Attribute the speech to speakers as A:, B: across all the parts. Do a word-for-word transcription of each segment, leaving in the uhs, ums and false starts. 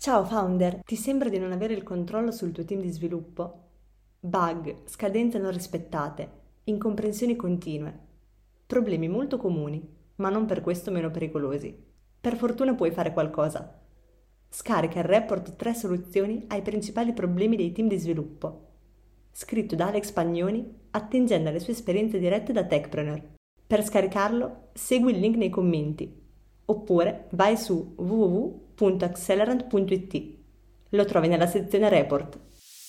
A: Ciao founder, ti sembra di non avere il controllo sul tuo team di sviluppo? Bug, scadenze non rispettate, incomprensioni continue. Problemi molto comuni, ma non per questo meno pericolosi. Per fortuna puoi fare qualcosa. Scarica il report tre soluzioni ai principali problemi dei team di sviluppo. Scritto da Alex Pagnoni, attingendo alle sue esperienze dirette da techpreneur. Per scaricarlo, segui il link nei commenti oppure vai su w w w punto accelerant punto i t. Lo trovi nella sezione report.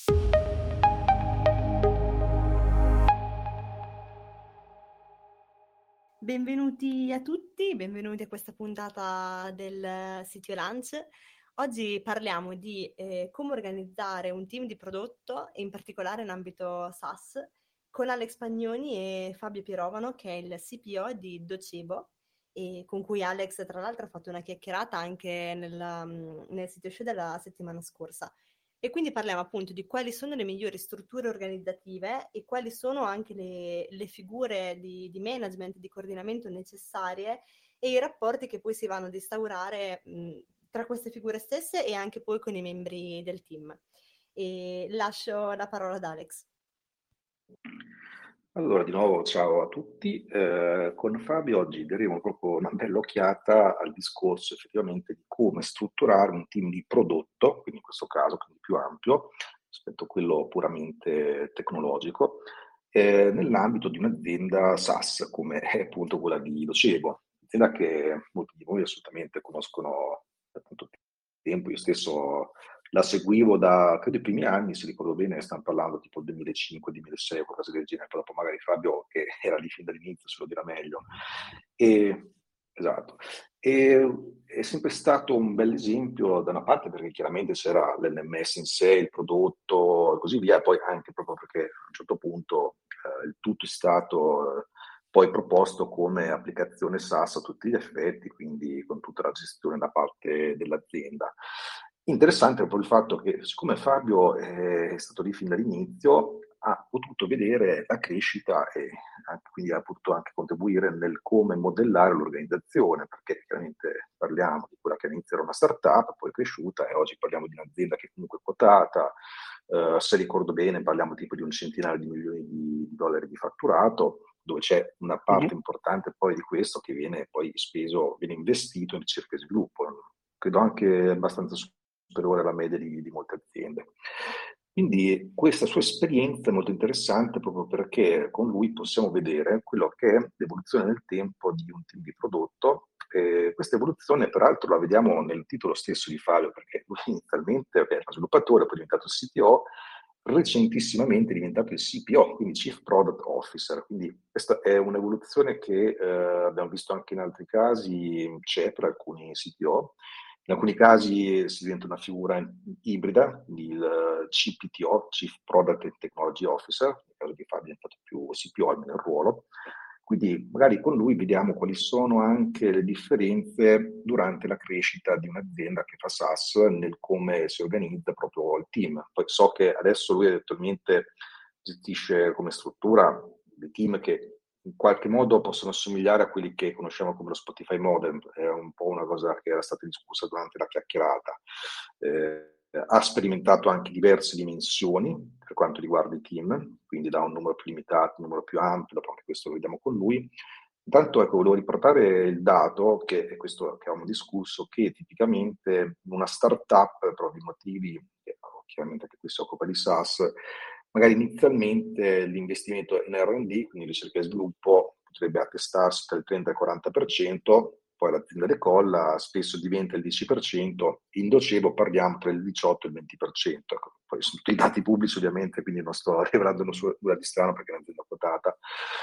A: Benvenuti a tutti, benvenuti a questa puntata del Sitio Lunch. Oggi parliamo di eh, come organizzare un team di prodotto, in particolare in ambito SaaS, con Alex Pagnoni e Fabio Pirovano, che è il C P O di Docebo, e con cui Alex, tra l'altro, ha fatto una chiacchierata anche nel, mm, nel sito show della settimana scorsa. E quindi parliamo appunto di quali sono le migliori strutture organizzative e quali sono anche le, le figure di, di management, di coordinamento necessarie e i rapporti che poi si vanno ad instaurare mh, tra queste figure stesse e anche poi con i membri del team. E lascio la parola ad Alex.
B: Allora, di nuovo ciao a tutti. Eh, con Fabio oggi daremo proprio una bella occhiata al discorso effettivamente di come strutturare un team di prodotto, quindi in questo caso quindi più ampio rispetto a quello puramente tecnologico, eh, nell'ambito di un'azienda SaaS come è appunto quella di Docebo, azienda che molti di voi assolutamente conoscono da tanto tempo. Io stesso la seguivo da, credo, i primi anni, se ricordo bene, stiamo parlando tipo duemilacinque-duemilasei, qualcosa del genere, però dopo magari Fabio, che era lì fin dall'inizio, se lo dirà meglio. E, esatto. E, è sempre stato un bel esempio da una parte perché chiaramente c'era l'N M S in sé, il prodotto e così via, poi anche proprio perché a un certo punto eh, il tutto è stato... Eh, poi proposto come applicazione SaaS a tutti gli effetti, quindi con tutta la gestione da parte dell'azienda. Interessante proprio il fatto che, siccome Fabio è stato lì fin dall'inizio, ha potuto vedere la crescita e anche, quindi ha potuto anche contribuire nel come modellare l'organizzazione, perché chiaramente parliamo di quella che all'inizio era una startup, poi è cresciuta e oggi parliamo di un'azienda che è comunque quotata, eh, se ricordo bene parliamo tipo di un centinaio di milioni di, di dollari di fatturato, dove c'è una parte
C: Mhm.
B: importante poi di questo che viene poi speso, viene investito in ricerca e sviluppo, credo anche abbastanza superiore alla media di, di molte aziende. Quindi questa sua esperienza è molto interessante proprio perché con lui possiamo vedere quello che è l'evoluzione nel tempo di un team di prodotto. E questa evoluzione peraltro la vediamo nel titolo stesso di Fabio, perché lui inizialmente era uno sviluppatore, poi è diventato C T O, recentissimamente è diventato il C P O, quindi Chief Product Officer. Quindi questa è un'evoluzione che eh, abbiamo visto anche in altri casi, c'è per alcuni C T O. In alcuni casi si diventa una figura ibrida, il C P T O, Chief Product and Technology Officer, nel caso di Fabio è diventato più C P O almeno il ruolo. Quindi magari con lui vediamo quali sono anche le differenze durante la crescita di un'azienda che fa SaaS nel come si organizza proprio il team. Poi so che adesso lui attualmente gestisce come struttura dei team che in qualche modo possono assomigliare a quelli che conosciamo come lo Spotify Model, è un po' una cosa che era stata discussa durante la chiacchierata. Eh, ha sperimentato anche diverse dimensioni per quanto riguarda i team, quindi da un numero più limitato, un numero più ampio, dopo anche questo lo vediamo con lui. Intanto ecco, volevo riportare il dato, che è questo che avevamo discusso, che tipicamente in una startup, per ovvi motivi, che chiaramente anche qui si occupa di SaaS, magari inizialmente l'investimento in R and D, quindi ricerca e sviluppo, potrebbe attestarsi tra il trenta e il quaranta per cento, poi l'azienda decolla, spesso diventa il dieci per cento, in Docebo parliamo tra il diciotto e il venti per cento. Ecco, poi sono tutti i dati pubblici ovviamente, quindi non sto rivelando nulla di strano perché è un'azienda quotata.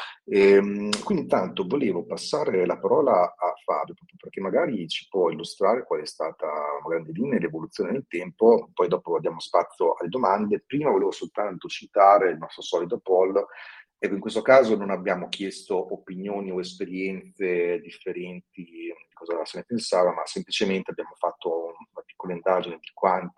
B: E, quindi intanto volevo passare la parola a Fabio, proprio perché magari ci può illustrare qual è stata a grandi linee l'evoluzione nel tempo, poi dopo diamo spazio alle domande. Prima volevo soltanto citare il nostro solito poll. Ecco, in questo caso non abbiamo chiesto opinioni o esperienze differenti di cosa se ne pensava, ma semplicemente abbiamo fatto una piccola indagine di quante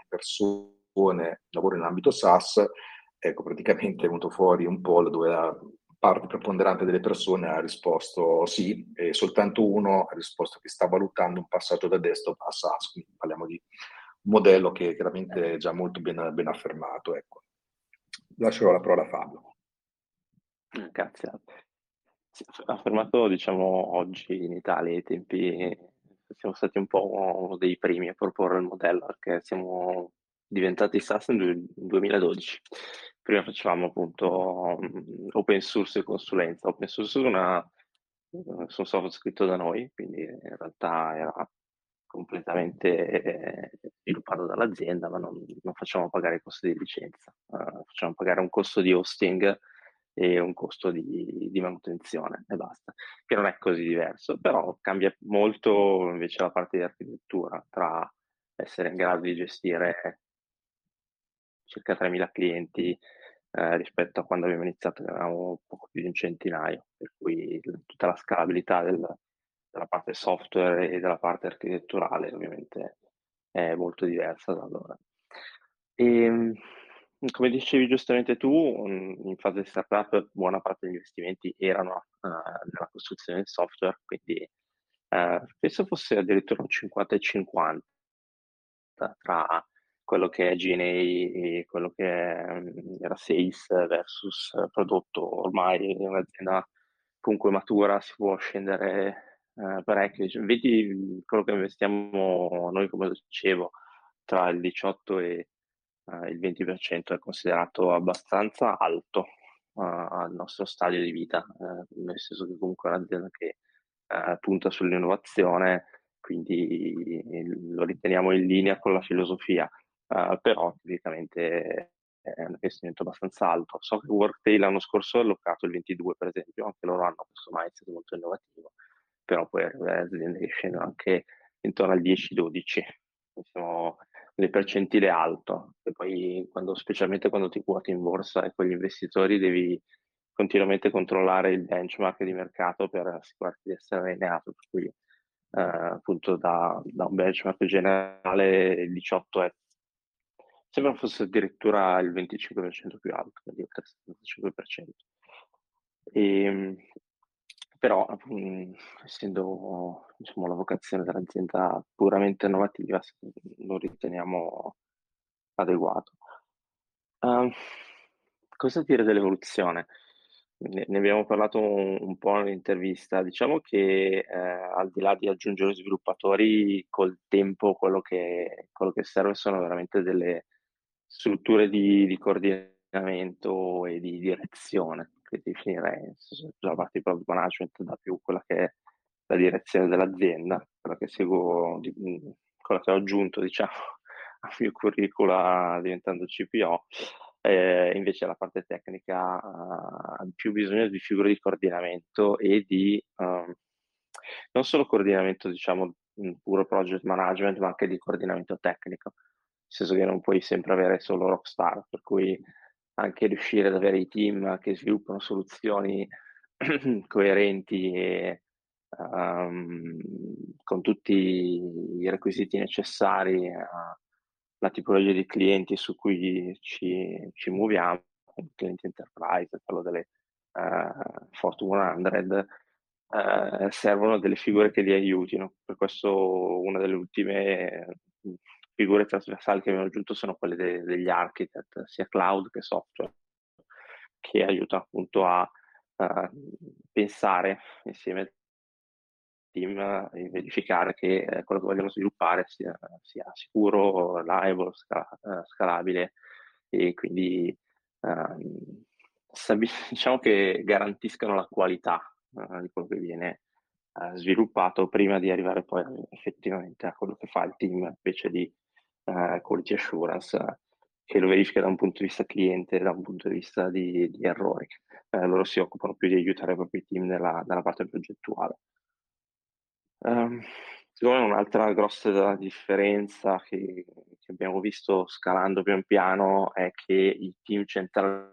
B: persone lavorano in ambito SaaS. Ecco, praticamente è venuto fuori un poll dove la parte preponderante delle persone ha risposto sì, e soltanto uno ha risposto che sta valutando un passaggio da desktop a SaaS, quindi parliamo di modello che chiaramente è già molto ben, ben affermato. Ecco. Lascerò la parola a Fabio.
C: Eh, Grazie. Sì, ha fermato, diciamo, oggi in Italia ai tempi, siamo stati un po' uno dei primi a proporre il modello, perché siamo diventati SaaS nel du- duemiladodici. Prima facevamo appunto mm, open source e consulenza. Open source è una, eh, su un software scritto da noi, quindi in realtà era completamente eh, sviluppato dall'azienda, ma non, non facciamo pagare i costi di licenza. Eh, facciamo pagare un costo di hosting e un costo di, di manutenzione e basta, che non è così diverso, però cambia molto invece la parte di architettura, tra essere in grado di gestire circa tremila clienti eh, rispetto a quando abbiamo iniziato, che avevamo poco più di un centinaio, per cui tutta la scalabilità del- della parte software e della parte architetturale ovviamente è molto diversa da allora. E, come dicevi giustamente tu, mm, in fase di startup buona parte degli investimenti erano eh, nella costruzione del software, quindi eh, penso fosse addirittura un cinquanta e cinquanta tra quello che è G and A e quello che è, mm, era sales versus eh, prodotto. Ormai in un'azienda comunque matura si può scendere eh, parecchio. Cioè, vedi quello che investiamo noi, come dicevo, tra il diciotto e eh, il venti per cento è considerato abbastanza alto eh, al nostro stadio di vita, eh, nel senso che comunque è un'azienda che eh, punta sull'innovazione, quindi lo riteniamo in linea con la filosofia, eh, però tipicamente è un investimento abbastanza alto. So che Workday l'anno scorso ha allocato il ventidue, per esempio, anche loro hanno questo mindset molto innovativo, però poi arrivare aziende che scendono anche intorno al dieci dodici, siamo delle percentile alto, e poi quando, specialmente quando ti quoti in borsa e con gli investitori devi continuamente controllare il benchmark di mercato per assicurarti di essere allineato, per cui eh, appunto da, da un benchmark generale il diciotto è, sembra fosse addirittura il venticinque per cento più alto, quindi oltre il settantacinque per cento. E, però, mm, essendo diciamo, la vocazione dell'azienda puramente innovativa, lo riteniamo adeguato. Ehm, cosa dire dell'evoluzione? Ne, ne abbiamo parlato un, un po' nell'intervista. Diciamo che eh, al di là di aggiungere sviluppatori, col tempo quello che, quello che serve sono veramente delle strutture di, di coordinamento e di direzione, che definirei, nel senso che la parte di product management da più quella che è la direzione dell'azienda, quella che seguo, di- quella che ho aggiunto, diciamo, al mio curricula diventando C P O. Eh, invece la parte tecnica ha più bisogno di figure di coordinamento e di ehm, non solo coordinamento, diciamo, un puro project management, ma anche di coordinamento tecnico, nel senso che non puoi sempre avere solo rockstar, per cui anche riuscire ad avere i team che sviluppano soluzioni coerenti e ehm, con tutti i requisiti necessari alla tipologia di clienti su cui ci, ci muoviamo, clienti enterprise, quello delle eh, Fortune cento, eh, servono delle figure che li aiutino. Per questo una delle ultime eh, figure trasversali che abbiamo aggiunto sono quelle de- degli architect, sia cloud che software, che aiutano appunto a eh, pensare insieme al team e verificare che eh, quello che vogliamo sviluppare sia, sia sicuro, reliable, sca- eh, scalabile e quindi ehm, stabi- diciamo che garantiscano la qualità eh, di quello che viene eh, sviluppato prima di arrivare poi effettivamente a quello che fa il team invece di eh, quality assurance, eh, che lo verifica da un punto di vista cliente, da un punto di vista di, di errori. Eh, loro si occupano più di aiutare proprio i team nella, nella parte progettuale. Um, secondo me un'altra grossa differenza che, che abbiamo visto scalando pian piano è che i team centralizzati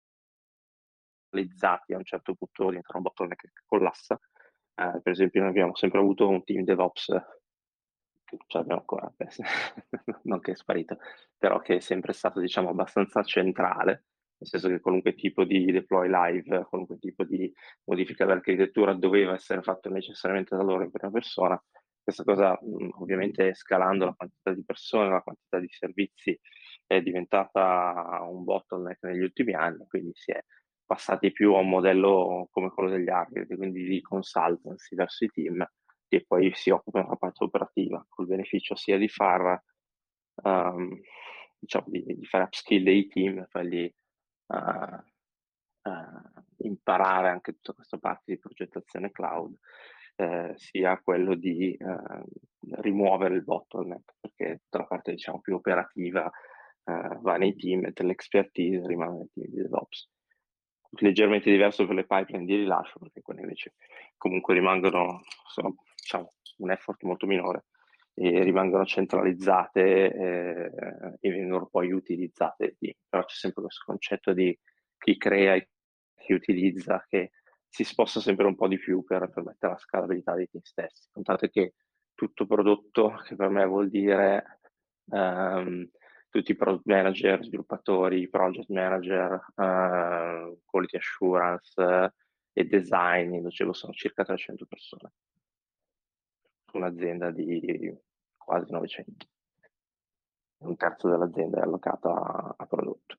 C: a un certo punto diventano un bottleneck che collassa. Eh, per esempio, noi abbiamo sempre avuto un team DevOps, che ce l'abbiamo ancora, beh, non che è sparito, però che è sempre stato, diciamo, abbastanza centrale, nel senso che qualunque tipo di deploy live, qualunque tipo di modifica dell'architettura doveva essere fatto necessariamente da loro in prima persona, Questa cosa mh, ovviamente scalando la quantità di persone, la quantità di servizi è diventata un bottleneck negli ultimi anni, quindi si è passati più a un modello come quello degli architetti, quindi di consultancy verso i team e poi si occupano della parte operativa, col beneficio sia di far, um, diciamo, di, di fare upskill dei team, fargli uh, uh, imparare anche tutta questa parte di progettazione cloud, eh, sia quello di eh, rimuovere il bottleneck, perché tutta la parte diciamo più operativa eh, va nei team e l'expertise rimane nei team di DevOps. Leggermente diverso per le pipeline di rilascio, perché quelle invece comunque rimangono, sono diciamo, un effort molto minore e rimangono centralizzate eh, e vengono poi utilizzate. Però c'è sempre questo concetto di chi crea e chi utilizza, che si sposta sempre un po' di più per permettere la scalabilità dei team stessi. Contate che tutto prodotto, che per me vuol dire um, tutti i product manager, sviluppatori, project manager, uh, quality assurance uh, e design, dicevo, sono circa trecento persone. Un'azienda di quasi novecento. Un terzo dell'azienda è allocata a, a prodotto.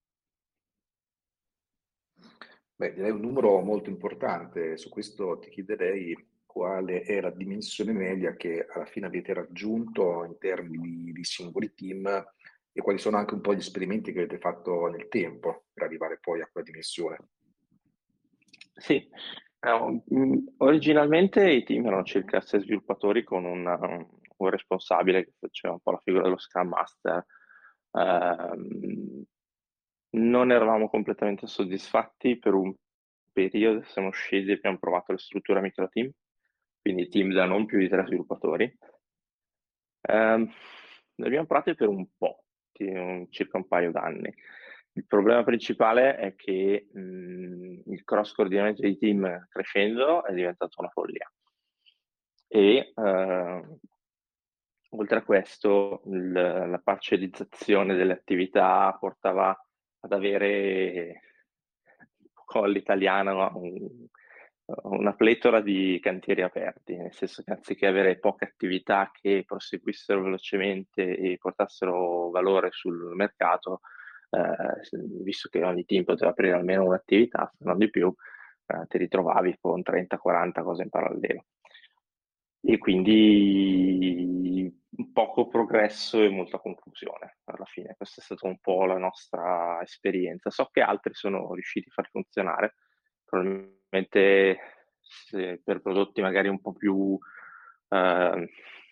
B: Beh, direi un numero molto importante. Su questo ti chiederei quale è la dimensione media che alla fine avete raggiunto in termini di, di singoli team e quali sono anche un po' gli esperimenti che avete fatto nel tempo per arrivare poi a quella dimensione.
C: Sì, eh, originalmente i team erano circa sei sviluppatori con un, un responsabile che faceva un po' la figura dello Scrum Master. Eh, non eravamo completamente soddisfatti per un periodo, siamo scesi e abbiamo provato la struttura micro team, quindi team da non più di tre sviluppatori. Eh, le abbiamo provate per un po', circa un paio d'anni. Il problema principale è che mh, il cross coordinamento dei team crescendo è diventato una follia. E eh, oltre a questo, il, la parcellizzazione delle attività portava ad avere un po' all'italiana un, una pletora di cantieri aperti, nel senso che anziché avere poche attività che proseguissero velocemente e portassero valore sul mercato, eh, visto che ogni team poteva aprire almeno un'attività, se non di più, eh, ti ritrovavi con trenta quaranta cose in parallelo. E quindi poco progresso e molta confusione alla fine. Questa è stata un po' la nostra esperienza. So che altri sono riusciti a far funzionare, probabilmente se per prodotti magari un po' più eh,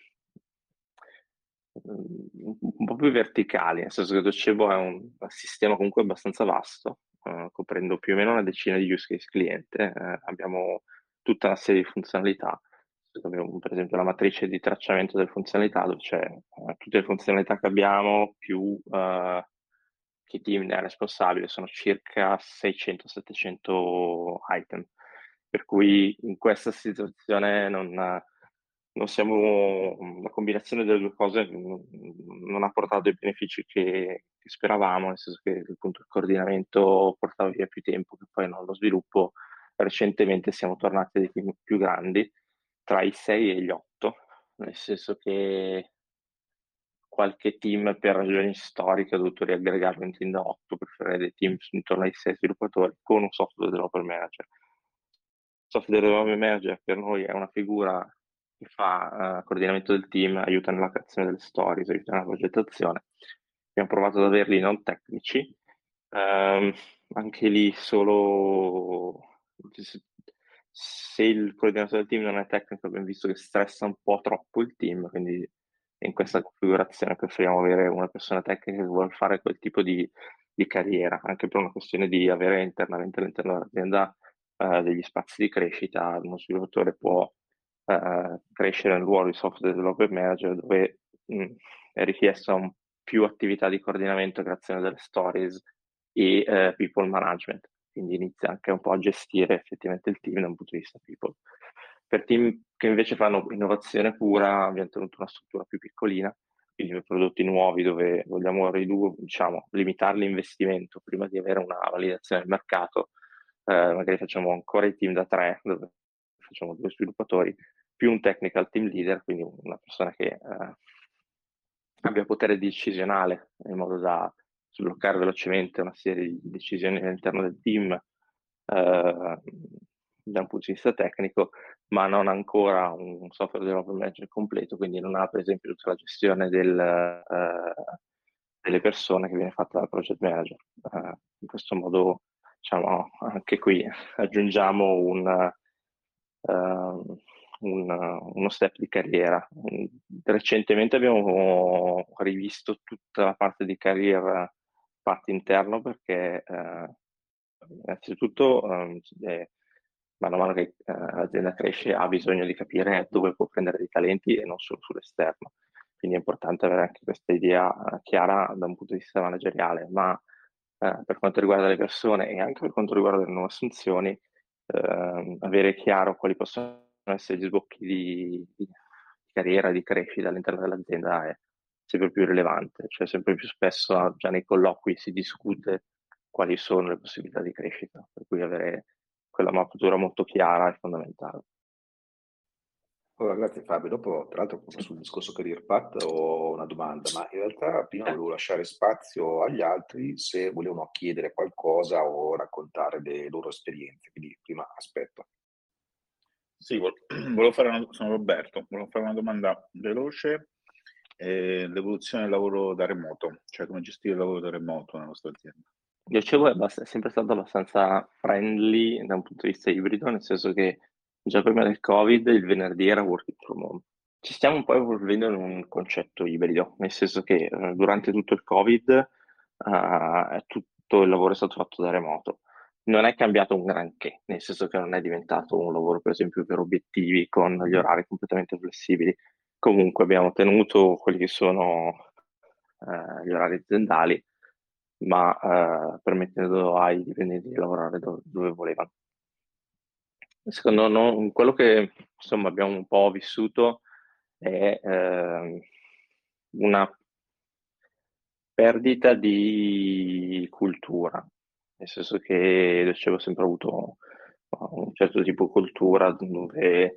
C: un po' più verticali, nel senso che Docebo è un, un sistema comunque abbastanza vasto, eh, coprendo più o meno una decina di use case cliente. Eh, abbiamo tutta una serie di funzionalità. Abbiamo per esempio la matrice di tracciamento delle funzionalità, dove c'è eh, tutte le funzionalità che abbiamo, più eh, che team ne è responsabile, sono circa seicento settecento item. Per cui in questa situazione non, non siamo, la combinazione delle due cose non, non ha portato i benefici che, che speravamo, nel senso che appunto il coordinamento portava via più tempo che poi non lo sviluppo. Recentemente siamo tornati a dei team più grandi, tra i sei e gli otto, nel senso che qualche team per ragioni storiche ha dovuto riaggregarlo in team da otto per fare dei team intorno ai sei sviluppatori con un software developer manager. Il software developer manager per noi è una figura che fa uh, coordinamento del team, aiuta nella creazione delle stories, aiuta nella progettazione. Abbiamo provato ad averli non tecnici, um, anche lì solo se il coordinatore del team non è tecnico abbiamo visto che stressa un po' troppo il team, quindi in questa configurazione preferiamo avere una persona tecnica che vuole fare quel tipo di, di carriera, anche per una questione di avere internamente all'interno dell'azienda eh, degli spazi di crescita. Uno sviluppatore può eh, crescere nel ruolo di software developer manager, dove mh, è richiesta un, più attività di coordinamento, creazione delle stories e eh, people management. Quindi inizia anche un po' a gestire effettivamente il team da un punto di vista people. Per team che invece fanno innovazione pura abbiamo tenuto una struttura più piccolina, quindi per prodotti nuovi dove vogliamo ridurre, diciamo, limitare l'investimento prima di avere una validazione del mercato, eh, magari facciamo ancora i team da tre, dove facciamo due sviluppatori, più un technical team leader, quindi una persona che eh, abbia potere decisionale in modo da sbloccare velocemente una serie di decisioni all'interno del team eh, da un punto di vista tecnico, ma non ancora un software development manager completo, quindi non ha per esempio tutta la gestione del, eh, delle persone che viene fatta dal project manager. Eh, in questo modo, diciamo, anche qui aggiungiamo un, uh, un, uno step di carriera. Recentemente abbiamo rivisto tutta la parte di carriera fatta interno perché eh, innanzitutto eh, mano a mano che eh, l'azienda cresce ha bisogno di capire dove può prendere dei talenti e non solo sull'esterno. Quindi è importante avere anche questa idea eh, chiara da un punto di vista manageriale, ma eh, per quanto riguarda le persone e anche per quanto riguarda le nuove assunzioni, eh, avere chiaro quali possono essere gli sbocchi di, di carriera, di crescita all'interno dell'azienda è sempre più rilevante, cioè sempre più spesso già nei colloqui si discute quali sono le possibilità di crescita, per cui avere quella mappatura molto chiara è fondamentale.
B: Allora, grazie Fabio. Dopo, tra l'altro, sul discorso career path ho una domanda, ma in realtà prima volevo lasciare spazio agli altri se volevano chiedere qualcosa o raccontare le loro esperienze. Quindi prima aspetto.
D: Sì, volevo fare una, sono Roberto, volevo fare una domanda veloce. Eh, l'evoluzione del lavoro da remoto, cioè come gestire il lavoro da remoto nella vostra azienda?
C: Dicevo, è, abbast- è sempre stato abbastanza friendly da un punto di vista ibrido, nel senso che già prima del Covid il venerdì era working from home. Ci stiamo un po' evolvendo in un concetto ibrido, nel senso che eh, durante tutto il Covid eh, tutto il lavoro è stato fatto da remoto. Non è cambiato un granché, nel senso che non è diventato un lavoro, per esempio, per obiettivi con gli orari completamente flessibili. Comunque abbiamo tenuto quelli che sono eh, gli orari aziendali, ma eh, permettendo ai dipendenti di lavorare do- dove volevano. Secondo noi, quello che insomma abbiamo un po' vissuto è eh, una perdita di cultura, nel senso che dicevo, ho sempre avuto un certo tipo di cultura dove, eh,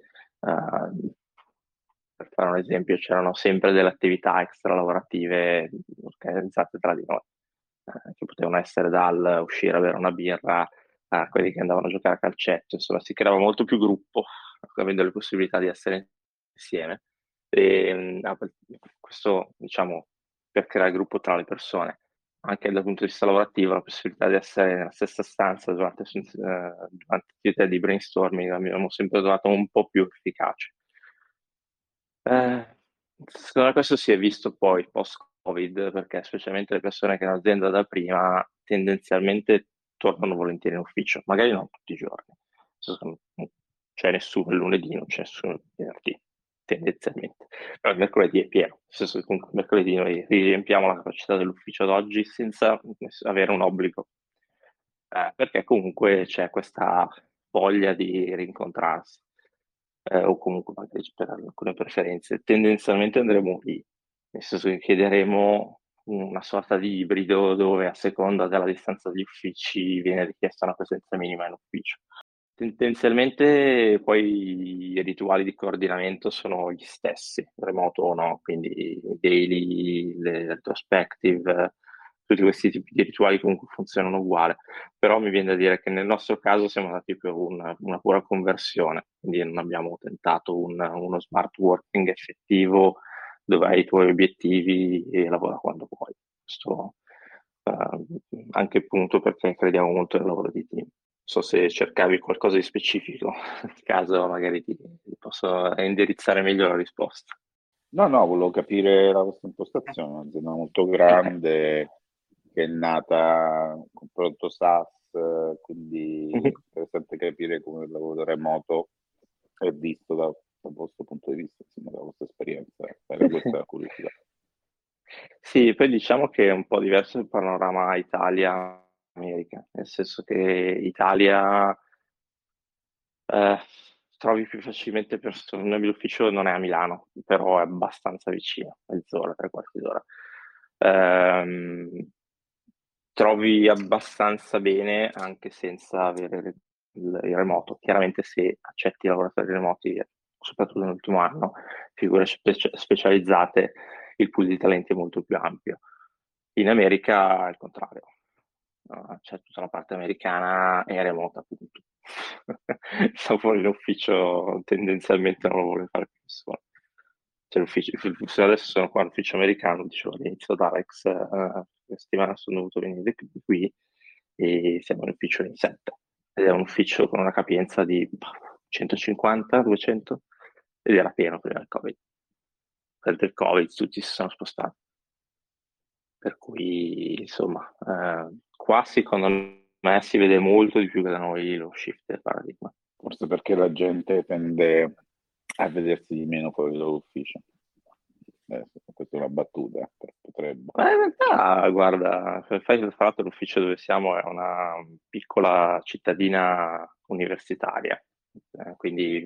C: per fare un esempio, c'erano sempre delle attività extra lavorative organizzate tra di noi, eh, che potevano essere dal uscire a bere una birra a quelli che andavano a giocare a calcetto, insomma, si creava molto più gruppo, avendo le possibilità di essere insieme. E, mh, questo, diciamo, per creare gruppo tra le persone. Anche dal punto di vista lavorativo, la possibilità di essere nella stessa stanza durante, eh, durante attività di brainstorming abbiamo sempre trovato un po' più efficace. Eh, secondo me questo si è visto poi post-Covid, perché specialmente le persone che hanno azienda da prima tendenzialmente tornano volentieri in ufficio, magari non tutti i giorni. Non c'è nessuno il lunedì, non c'è nessuno il venerdì, tendenzialmente. Però il mercoledì è pieno, nel senso che comunque il mercoledì noi riempiamo la capacità dell'ufficio d'oggi senza avere un obbligo, eh, perché comunque c'è questa voglia di rincontrarsi eh, o comunque magari per alcune preferenze. Tendenzialmente andremo lì, nel senso che chiederemo una sorta di ibrido dove a seconda della distanza degli uffici viene richiesta una presenza minima in ufficio. Tendenzialmente poi i rituali di coordinamento sono gli stessi, remoto o no, quindi i daily, le retrospective, tutti questi tipi di rituali comunque funzionano uguale, però mi viene da dire che nel nostro caso siamo andati per una, una pura conversione, quindi non abbiamo tentato un- uno smart working effettivo dove hai i tuoi obiettivi e lavora quando vuoi. Questo eh, anche appunto perché crediamo molto nel lavoro di team. So se cercavi qualcosa di specifico, nel caso magari ti, ti posso indirizzare meglio la risposta.
D: No, no, volevo capire la vostra impostazione, un'azienda molto grande che è nata con prodotto SaaS, eh, quindi è interessante capire come il lavoro da remoto è visto da- dal vostro punto di vista, insomma, dalla vostra esperienza. Era questa la curiosità.
C: Sì, poi diciamo che è un po' diverso il panorama Italia-America, nel senso che Italia eh, trovi più facilmente persone, l'ufficio non è a Milano, però è abbastanza vicino, mezz'ora, tre quarti d'ora. Ehm, trovi abbastanza bene anche senza avere il, il remoto. Chiaramente se accetti i lavoratori remoti soprattutto nell'ultimo anno, figure speci- specializzate, il pool di talenti è molto più ampio. In America è il contrario. Uh, c'è tutta la parte americana e remota, appunto. Sta fuori l'ufficio, tendenzialmente non lo vuole fare più nessuno. C'è l'ufficio, se adesso sono qua all'ufficio americano, dicevo all'inizio ad Alex, uh, questa settimana sono dovuto venire qui e siamo in ufficio in sette. Ed è un ufficio con una capienza di centocinquanta duecento ed era pieno prima del Covid. Per il Covid tutti si sono spostati. Per cui, insomma, eh, qua secondo me si vede molto di più che da noi lo shift del paradigma.
D: Forse perché la gente tende a vedersi di meno fuori dall'ufficio. Eh, questa è una battuta, potrebbe.
C: Ma in realtà, guarda, fai tra l'altro l'ufficio dove siamo è una piccola cittadina universitaria, eh, quindi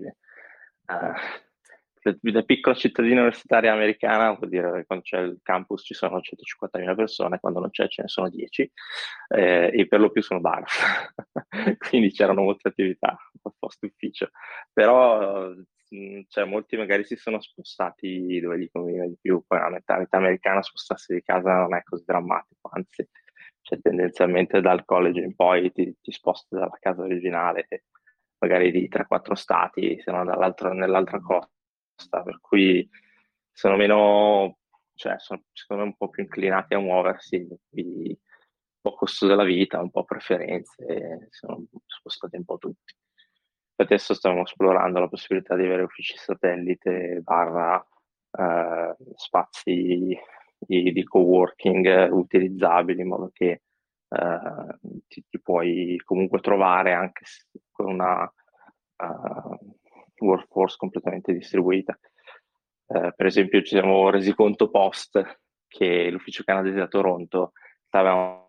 C: eh, la piccola cittadina universitaria americana vuol dire che quando c'è il campus ci sono centocinquantamila persone, quando non c'è ce ne sono dieci, eh, e per lo più sono bar, quindi c'erano molte attività post ufficio, però mh, cioè, molti magari si sono spostati dove gli conviene di più, poi la mentalità americana spostarsi di casa non è così drammatico, anzi, cioè, tendenzialmente dal college in poi ti, ti sposti dalla casa originale, magari di tre quattro stati, se non dall'altro- nell'altra costa, per cui sono meno, cioè sono secondo me un po' più inclinati a muoversi, quindi un po' costo della vita, un po' preferenze, sono spostati un po' tutti. Adesso stiamo esplorando la possibilità di avere uffici satellite barra eh, spazi di, di coworking utilizzabili in modo che eh, ti, ti puoi comunque trovare anche s- con una uh, workforce completamente distribuita. Eh, per esempio, ci siamo resi conto post che l'ufficio canadese a Toronto avevamo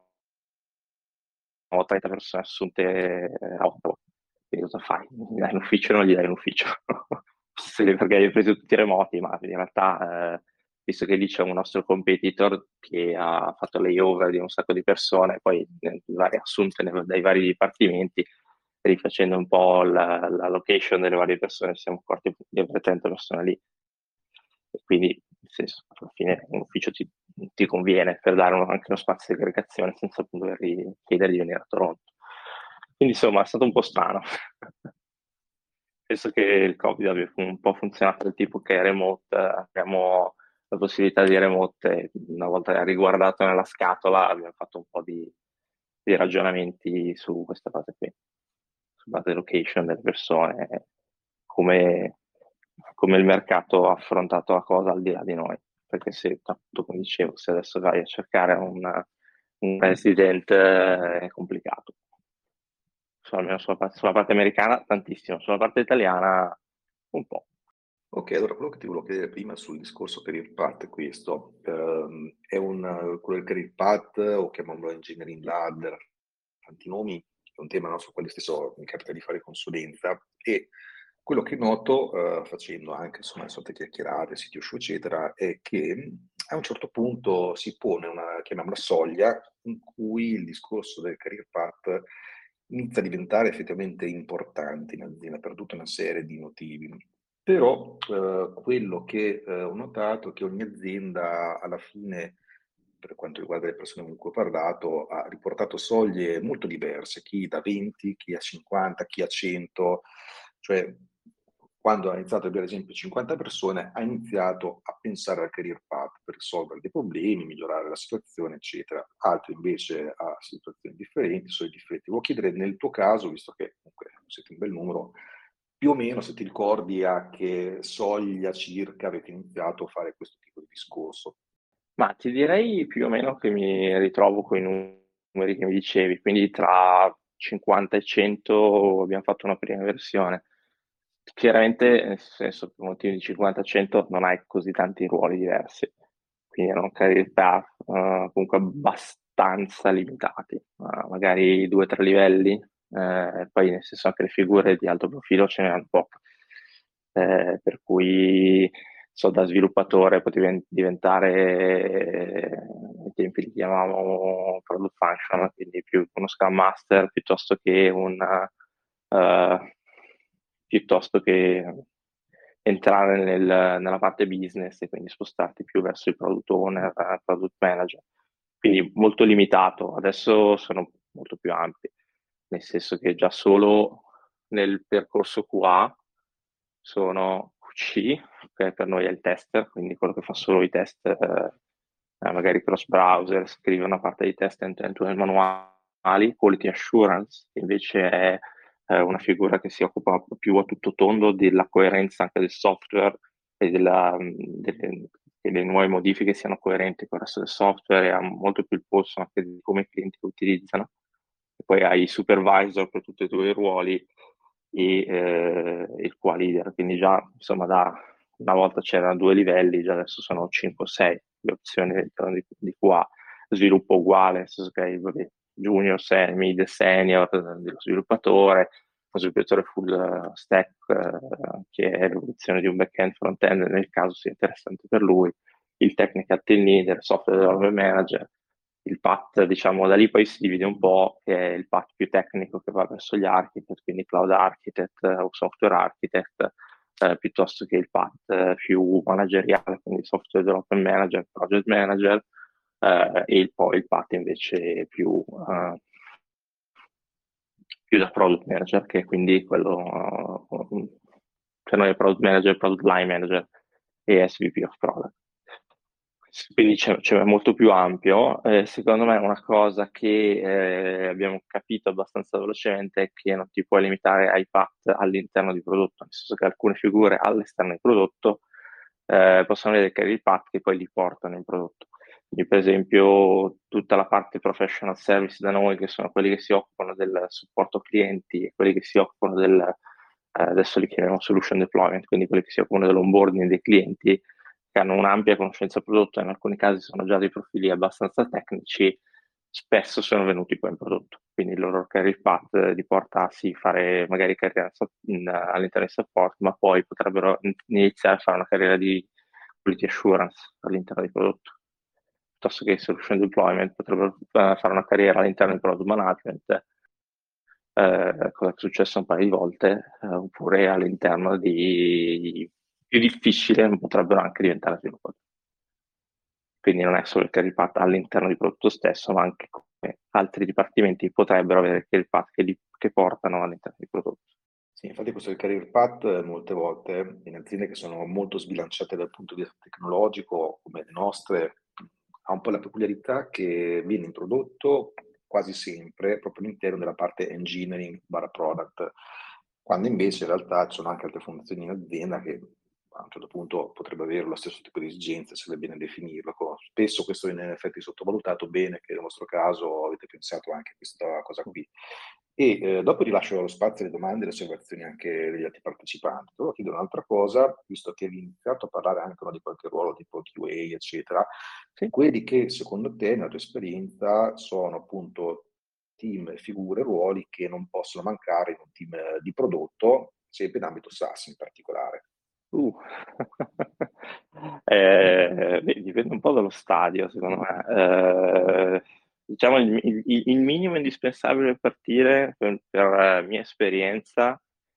C: trenta persone assunte eh, a Ottawa. Quindi cosa fai? Gli dai un ufficio o non gli dai un ufficio? Sì, perché hai preso tutti i remoti, ma in realtà, eh, visto che lì c'è un nostro competitor che ha fatto layover di un sacco di persone, poi eh, varie assunte nei- dai vari dipartimenti, rifacendo un po' la, la location delle varie persone, ci siamo accorti di avere trenta persone lì. E quindi, nel senso, alla fine un ufficio ti, ti conviene per dare uno- anche uno spazio di aggregazione senza dover chiedere di venire a Toronto. Quindi, insomma, è stato un po' strano. Penso che il Covid abbia un po' funzionato del tipo che remote, abbiamo la possibilità di remote, e una volta riguardato nella scatola abbiamo fatto un po' di, di ragionamenti su questa base qui, su base location delle persone, come, come il mercato ha affrontato la cosa al di là di noi. Perché se, appunto, come dicevo, se adesso vai a cercare un, un resident eh, è complicato. Su- almeno sulla, parte- sulla parte americana tantissimo, sulla parte italiana un po'.
B: Ok, allora quello che ti volevo chiedere prima sul discorso career path è questo. Ehm, è un, quello del career path, o chiamiamolo engineering ladder, tanti nomi, è un tema, no, su quale stesso mi capita di fare consulenza, e quello che noto, eh, facendo anche insomma, le solite chiacchierate, siti uscì, eccetera, è che a un certo punto si pone una, chiamiamola soglia, in cui il discorso del career path inizia a diventare effettivamente importante in azienda per tutta una serie di motivi. Però eh, quello che eh, ho notato è che ogni azienda alla fine, per quanto riguarda le persone con cui ho parlato, ha riportato soglie molto diverse, chi da venti, chi a cinquanta, chi a cento, cioè quando ha iniziato ad avere ad esempio cinquanta persone, ha iniziato a pensare al career path per risolvere dei problemi, migliorare la situazione, eccetera. Altri invece a situazioni differenti, sono differenti. Volevo chiedere nel tuo caso, visto che comunque siete un bel numero, più o meno se ti ricordi a che soglia circa avete iniziato a fare questo tipo di discorso.
C: Ma ti direi più o meno che mi ritrovo con i numeri che mi dicevi, quindi tra cinquanta e cento abbiamo fatto una prima versione. Chiaramente, nel senso, per motivi di cinquanta a cento non hai così tanti ruoli diversi, quindi erano career path eh, comunque abbastanza limitati, eh, magari due o tre livelli, eh, poi nel senso anche le figure di alto profilo ce n'erano poche. Eh, per cui so, da sviluppatore potevi diventare, eh, ai tempi li chiamavamo product function, quindi più uno Scrum Master piuttosto che un, eh, piuttosto che entrare nel, nella parte business e quindi spostarti più verso il product owner, eh, product manager. Quindi molto limitato. Adesso sono molto più ampi, nel senso che già solo nel percorso Q A sono Q C, che per noi è il tester, quindi quello che fa solo i test, eh, eh, magari cross browser, scrive una parte di test end-to-end manuali. Quality assurance invece è eh, una figura che si occupa più a tutto tondo della coerenza anche del software e della, delle, che le nuove modifiche siano coerenti con il resto del software, e ha molto più il polso anche di come i clienti lo utilizzano. E poi hai i supervisor per tutti e due i ruoli e eh, il Q A leader, quindi già insomma da una volta c'erano due livelli, già adesso sono cinque o sei le opzioni all'interno di, di Q A. Sviluppo uguale, nel senso che hai vabbè, junior, senior, mid, senior dello sviluppatore, lo sviluppatore full stack, eh, che è l'evoluzione di un back-end, front-end, nel caso sia interessante per lui, il technical team leader, software development manager, il path, diciamo, da lì poi si divide un po', che è il path più tecnico che va verso gli architect, quindi cloud architect o software architect, eh, piuttosto che il path eh, più manageriale, quindi software development manager, project manager, eh, e il, poi il path invece più, eh, più da product manager, che è quindi quello, uh, per noi è product manager, product line manager e S V P of product. Quindi c'è, c'è molto più ampio. Eh, secondo me una cosa che eh, abbiamo capito abbastanza velocemente è che non ti puoi limitare ai path all'interno di prodotto, nel senso che alcune figure all'esterno di prodotto eh, possono avere dei career path che poi li portano in prodotto. Quindi per esempio tutta la parte professional service da noi, che sono quelli che si occupano del supporto clienti e quelli che si occupano del, eh, adesso li chiamiamo solution deployment, quindi quelli che si occupano dell'onboarding dei clienti, che hanno un'ampia conoscenza prodotto, in alcuni casi sono già dei profili abbastanza tecnici, spesso sono venuti poi in prodotto. Quindi il loro career path li porta a sì, fare magari carriera in, all'interno di support, ma poi potrebbero iniziare a fare una carriera di quality assurance all'interno di prodotto. Piuttosto che solution deployment, potrebbero uh, fare una carriera all'interno di product management, eh, cosa è successo un paio di volte, eh, oppure all'interno di più difficile potrebbero anche diventare sviluppatori. Quindi non è solo il career path all'interno di prodotto stesso, ma anche come altri dipartimenti potrebbero avere il career path che, li, che portano all'interno di prodotto.
B: Sì, infatti questo career path molte volte in aziende che sono molto sbilanciate dal punto di vista tecnologico, come le nostre, ha un po' la peculiarità che viene introdotto quasi sempre proprio all'interno della parte engineering barra product, quando invece in realtà ci sono anche altre funzioni in azienda che a un certo punto potrebbe avere lo stesso tipo di esigenze, se è bene definirlo. Spesso questo viene in effetti sottovalutato, bene che nel vostro caso avete pensato anche a questa cosa qui. E eh, dopo rilascio lo spazio alle domande e alle osservazioni anche degli altri partecipanti. Volevo chiedere un'altra cosa, visto che vi avete iniziato a parlare anche no, di qualche ruolo tipo Q A, eccetera,
C: Sì.
B: quelli che secondo te, nella tua esperienza, sono appunto team, figure, ruoli che non possono mancare in un team di prodotto, sempre in ambito SaaS in particolare.
C: Uh. eh, beh, dipende un po' dallo stadio, secondo me. Eh, diciamo il, il, il minimo indispensabile per partire, per, per mia esperienza,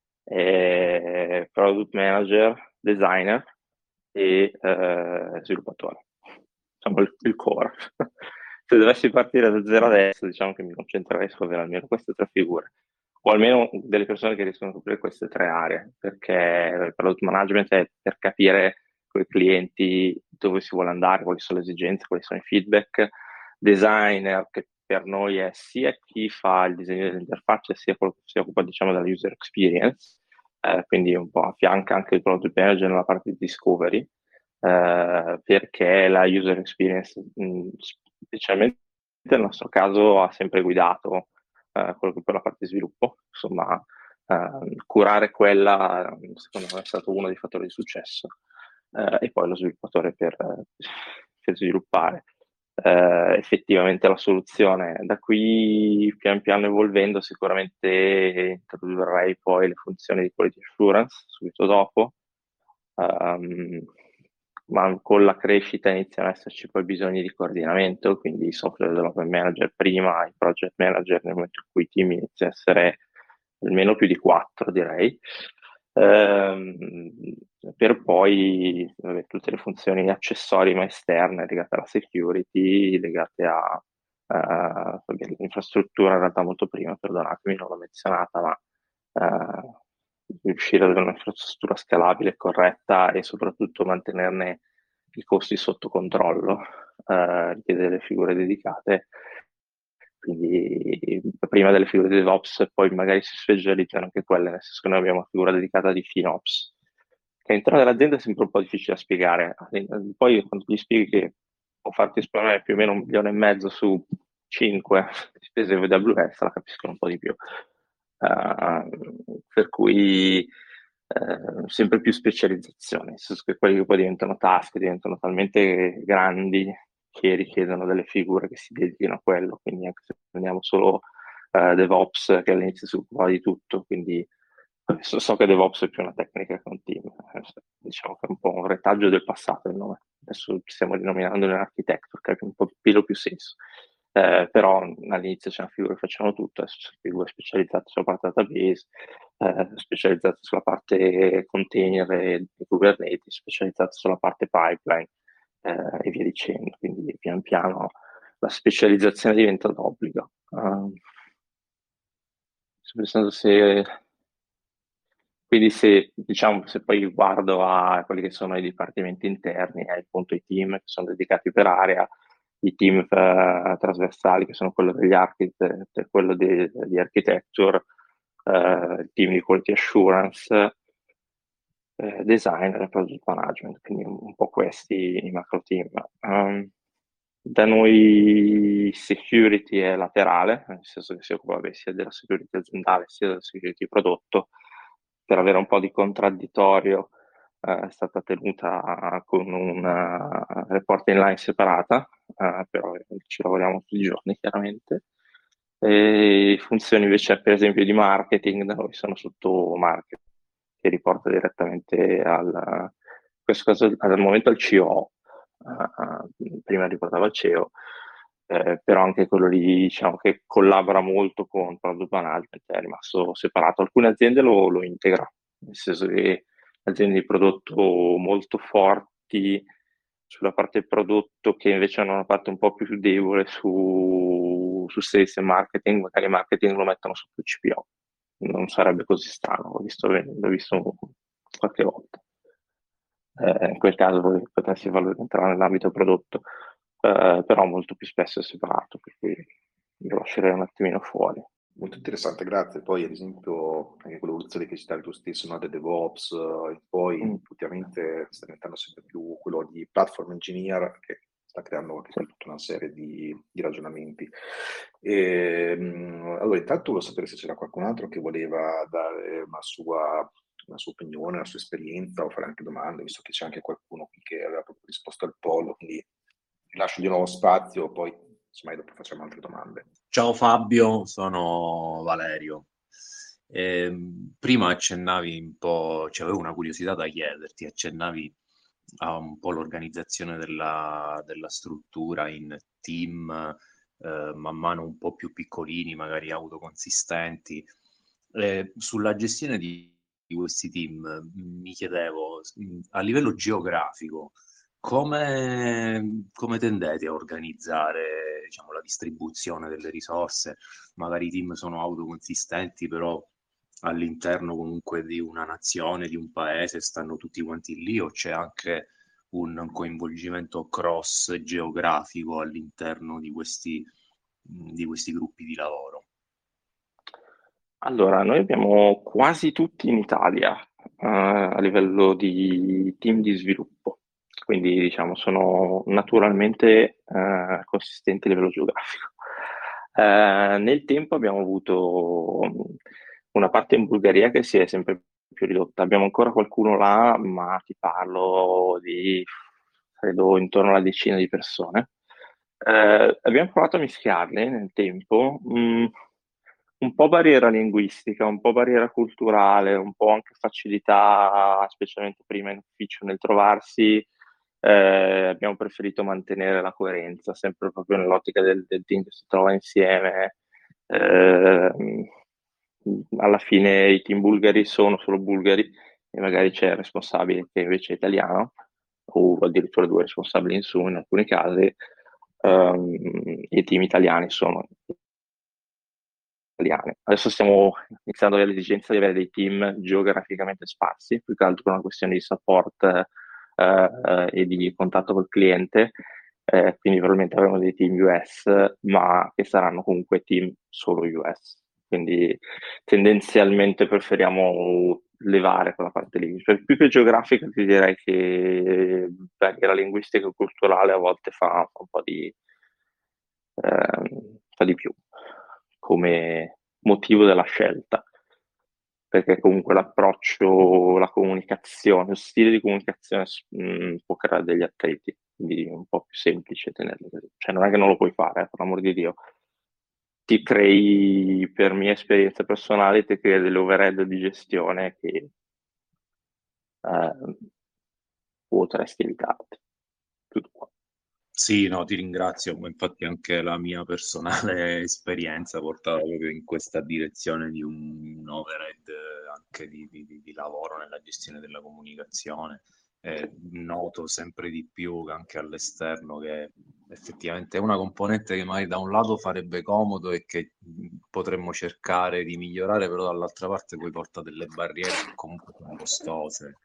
C: è product manager, designer e eh, sviluppatore. Diciamo il, il core. Se dovessi partire da zero adesso, diciamo che mi concentrerei su avere almeno queste tre figure, o almeno delle persone che riescono a coprire queste tre aree, perché il product management è per capire con i clienti dove si vuole andare, quali sono le esigenze, quali sono i feedback. Designer, che per noi è sia chi fa il disegno dell'interfaccia, sia quello che si occupa, diciamo, della user experience, eh, quindi un po' affianca anche il product manager nella parte di discovery, eh, perché la user experience, mh, specialmente nel nostro caso, ha sempre guidato eh, quello che poi è la parte di sviluppo. Insomma, eh, curare quella, secondo me, è stato uno dei fattori di successo, eh, e poi lo sviluppatore per, per sviluppare. Eh, effettivamente la soluzione. Da qui, pian piano evolvendo, sicuramente introdurrei poi le funzioni di quality assurance subito dopo, um, ma con la crescita iniziano ad esserci poi bisogni di coordinamento, quindi i software development manager prima, i project manager nel momento in cui i team iniziano a essere almeno più di quattro, direi. ehm, per poi vabbè, tutte le funzioni accessorie ma esterne legate alla security, legate a eh, vabbè, l'infrastruttura in realtà molto prima, perdonatemi, non l'ho menzionata, ma eh, riuscire ad avere un'infrastruttura scalabile e corretta e soprattutto mantenerne i costi sotto controllo, eh, richiede delle figure dedicate. Quindi prima delle figure di DevOps, poi magari si specializzano anche quelle, nel senso che noi abbiamo una figura dedicata di FinOps, che all'interno dell'azienda è sempre un po' difficile da spiegare. Poi quando gli spieghi che può farti spendere più o meno un milione e mezzo su cinque spese A W S, la capiscono un po' di più. Uh, per cui uh, sempre più specializzazione, nel senso che quelli che poi diventano task diventano talmente grandi che richiedono delle figure che si dedichino a quello, quindi anche se prendiamo solo uh, DevOps che all'inizio si occupava di tutto, quindi adesso so che DevOps è più una tecnica che un team, diciamo che è un po' un retaggio del passato il nome, adesso ci stiamo rinominando in architecture, che ha un po' più, più senso. Eh, però all'inizio c'è una figura che facciamo tutto, adesso c'è figure specializzate sulla parte database, eh, specializzate sulla parte container e Kubernetes, specializzate sulla parte pipeline eh, e via dicendo. Quindi pian piano la specializzazione diventa d'obbligo. Uh, sto pensando se... Quindi se, diciamo, se poi guardo a quelli che sono i dipartimenti interni, hai appunto i team che sono dedicati per area, i team eh, trasversali che sono quello degli architect, quello di, di architecture, eh, il team di quality assurance, eh, designer e project management, quindi un, un po' questi i macro team. Um, da noi security è laterale, nel senso che si occupa beh, sia della security aziendale sia della security prodotto. Per avere un po' di contraddittorio eh, è stata tenuta con una reporting line separata, eh, però ci lavoriamo tutti i giorni chiaramente. E funzioni invece per esempio di marketing, da noi sono sotto marketing, che riporta direttamente al, in questo caso al momento al C O, uh, prima riportava al C E O, eh, però anche quello lì diciamo che collabora molto con Product Management, è rimasto separato. Alcune aziende lo, lo integrano, nel senso che aziende di prodotto molto forti sulla parte prodotto che invece hanno una parte un po' più debole su, su sales e marketing, magari marketing lo mettono sotto il C P O. Non sarebbe così strano, l'ho visto, l'ho visto qualche volta. Eh, in quel caso potessi entrare nell'ambito prodotto, eh, però molto più spesso è separato, per cui lo lascerei un attimino fuori.
B: Molto interessante, grazie. Poi, ad esempio, anche quell'evoluzione che citavi tu stesso, no, del DevOps, e poi
C: Mm.
B: ultimamente sta diventando sempre più quello di platform engineer, che sta creando anche qui tutta una serie di, di ragionamenti. E, mh, allora, intanto volevo sapere se c'era qualcun altro che voleva dare una sua, una sua opinione, una sua esperienza o fare anche domande, visto che c'è anche qualcuno qui che aveva proprio risposto al pollo, quindi lascio di nuovo spazio, poi insomma dopo facciamo altre domande.
E: Ciao Fabio, sono Valerio. Ehm, prima accennavi un po', cioè avevo una curiosità da chiederti, accennavi a un po' l'organizzazione della, della struttura in team, eh, man mano un po' più piccolini, magari autoconsistenti. Eh, sulla gestione di, di questi team mi chiedevo, mh, a livello geografico, come, come tendete a organizzare, diciamo, la distribuzione delle risorse? Magari i team sono autoconsistenti, però all'interno comunque di una nazione, di un paese, stanno tutti quanti lì, o c'è anche un coinvolgimento cross geografico all'interno di questi, di questi gruppi di lavoro?
C: Allora, noi abbiamo quasi tutti in Italia eh, a livello di team di sviluppo, quindi diciamo sono naturalmente eh, consistenti a livello geografico. Eh, nel tempo abbiamo avuto una parte in Bulgaria che si è sempre più ridotta, abbiamo ancora qualcuno là, ma ti parlo di credo intorno alla decina di persone. Eh, abbiamo provato a mischiarle nel tempo. Mm, un po' barriera linguistica, un po' barriera culturale, un po' anche facilità, specialmente prima in ufficio, nel trovarsi. Eh, abbiamo preferito mantenere la coerenza, sempre proprio nell'ottica del, del team che si trova insieme. Eh, alla fine i team bulgari sono solo bulgari e magari c'è il responsabile che invece è italiano, o addirittura due responsabili in su in alcuni casi. Um, i team italiani sono italiani. Adesso stiamo iniziando ad avere l'esigenza di avere dei team geograficamente sparsi, più che altro per una questione di support eh, eh, e di contatto col cliente. Eh, quindi probabilmente avremo dei team U S, ma che saranno comunque team solo U S. Quindi tendenzialmente preferiamo levare quella parte lì. Per più che geografica ti direi che barriera linguistica e culturale a volte fa, fa un po' di, ehm, fa di più come motivo della scelta, perché comunque l'approccio, la comunicazione, lo stile di comunicazione mh, può creare degli attriti, quindi è un po' più semplice tenerlo così. Cioè non è che non lo puoi fare, eh, per l'amor di Dio. Ti crei, per mia esperienza personale, ti crei delle overhead di gestione che eh, potresti evitarti. Tutto qua.
E: Sì, no, ti ringrazio, ma infatti anche la mia personale esperienza portava proprio in questa direzione di un, un overhead eh, anche di, di- di lavoro nella gestione della comunicazione. Eh, noto sempre di più che anche all'esterno che effettivamente è una componente che magari da un lato farebbe comodo e che mh, potremmo cercare di migliorare, però dall'altra parte poi porta delle barriere che comunque sono costose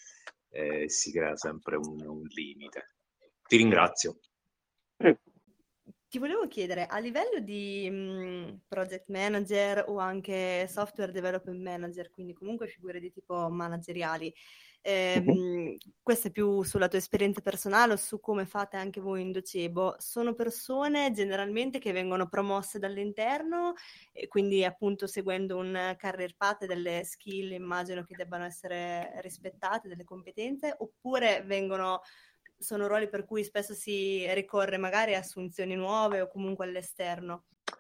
E: e si crea sempre un un limite. Ti ringrazio.
C: Eh,
A: Ti volevo chiedere, a livello di mh, project manager o anche software development manager, quindi comunque figure di tipo manageriali,
C: mhm.
A: ehm, questo è più sulla tua esperienza personale o su come fate anche voi in Docebo, sono persone generalmente che vengono promosse dall'interno e quindi appunto seguendo un career path e delle skill immagino che debbano essere rispettate, delle competenze, oppure vengono sono ruoli per cui spesso si ricorre magari a assunzioni nuove o comunque all'esterno.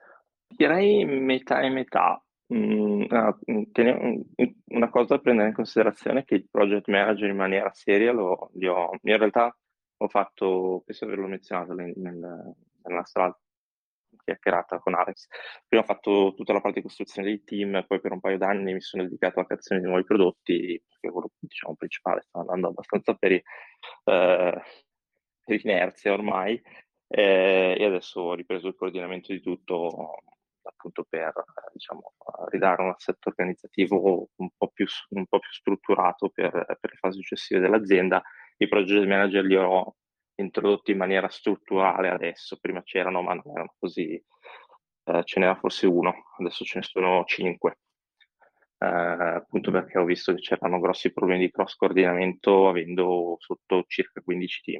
C: Direi metà e metà. Mm, ah, mm, tene- mm, una cosa da prendere in considerazione è che il project manager in maniera seria lo, li ho, in realtà ho fatto, penso di averlo menzionato nel- nel- nella nostra chiacchierata con Alex. Prima ho fatto tutta la parte di costruzione dei team, poi per un paio d'anni mi sono dedicato alla creazione di nuovi prodotti, perché quello diciamo, principale sta andando abbastanza per, i- eh, per inerzia ormai, eh, e adesso ho ripreso il coordinamento di tutto appunto per eh, diciamo, ridare un assetto organizzativo un po' più, un po' più strutturato per, per le fasi successive dell'azienda. I project manager li ho introdotti in maniera strutturale adesso, prima c'erano ma non erano così, eh, ce n'era forse uno, adesso ce ne sono cinque, eh, appunto perché ho visto che c'erano grossi problemi di cross coordinamento avendo sotto circa quindici team.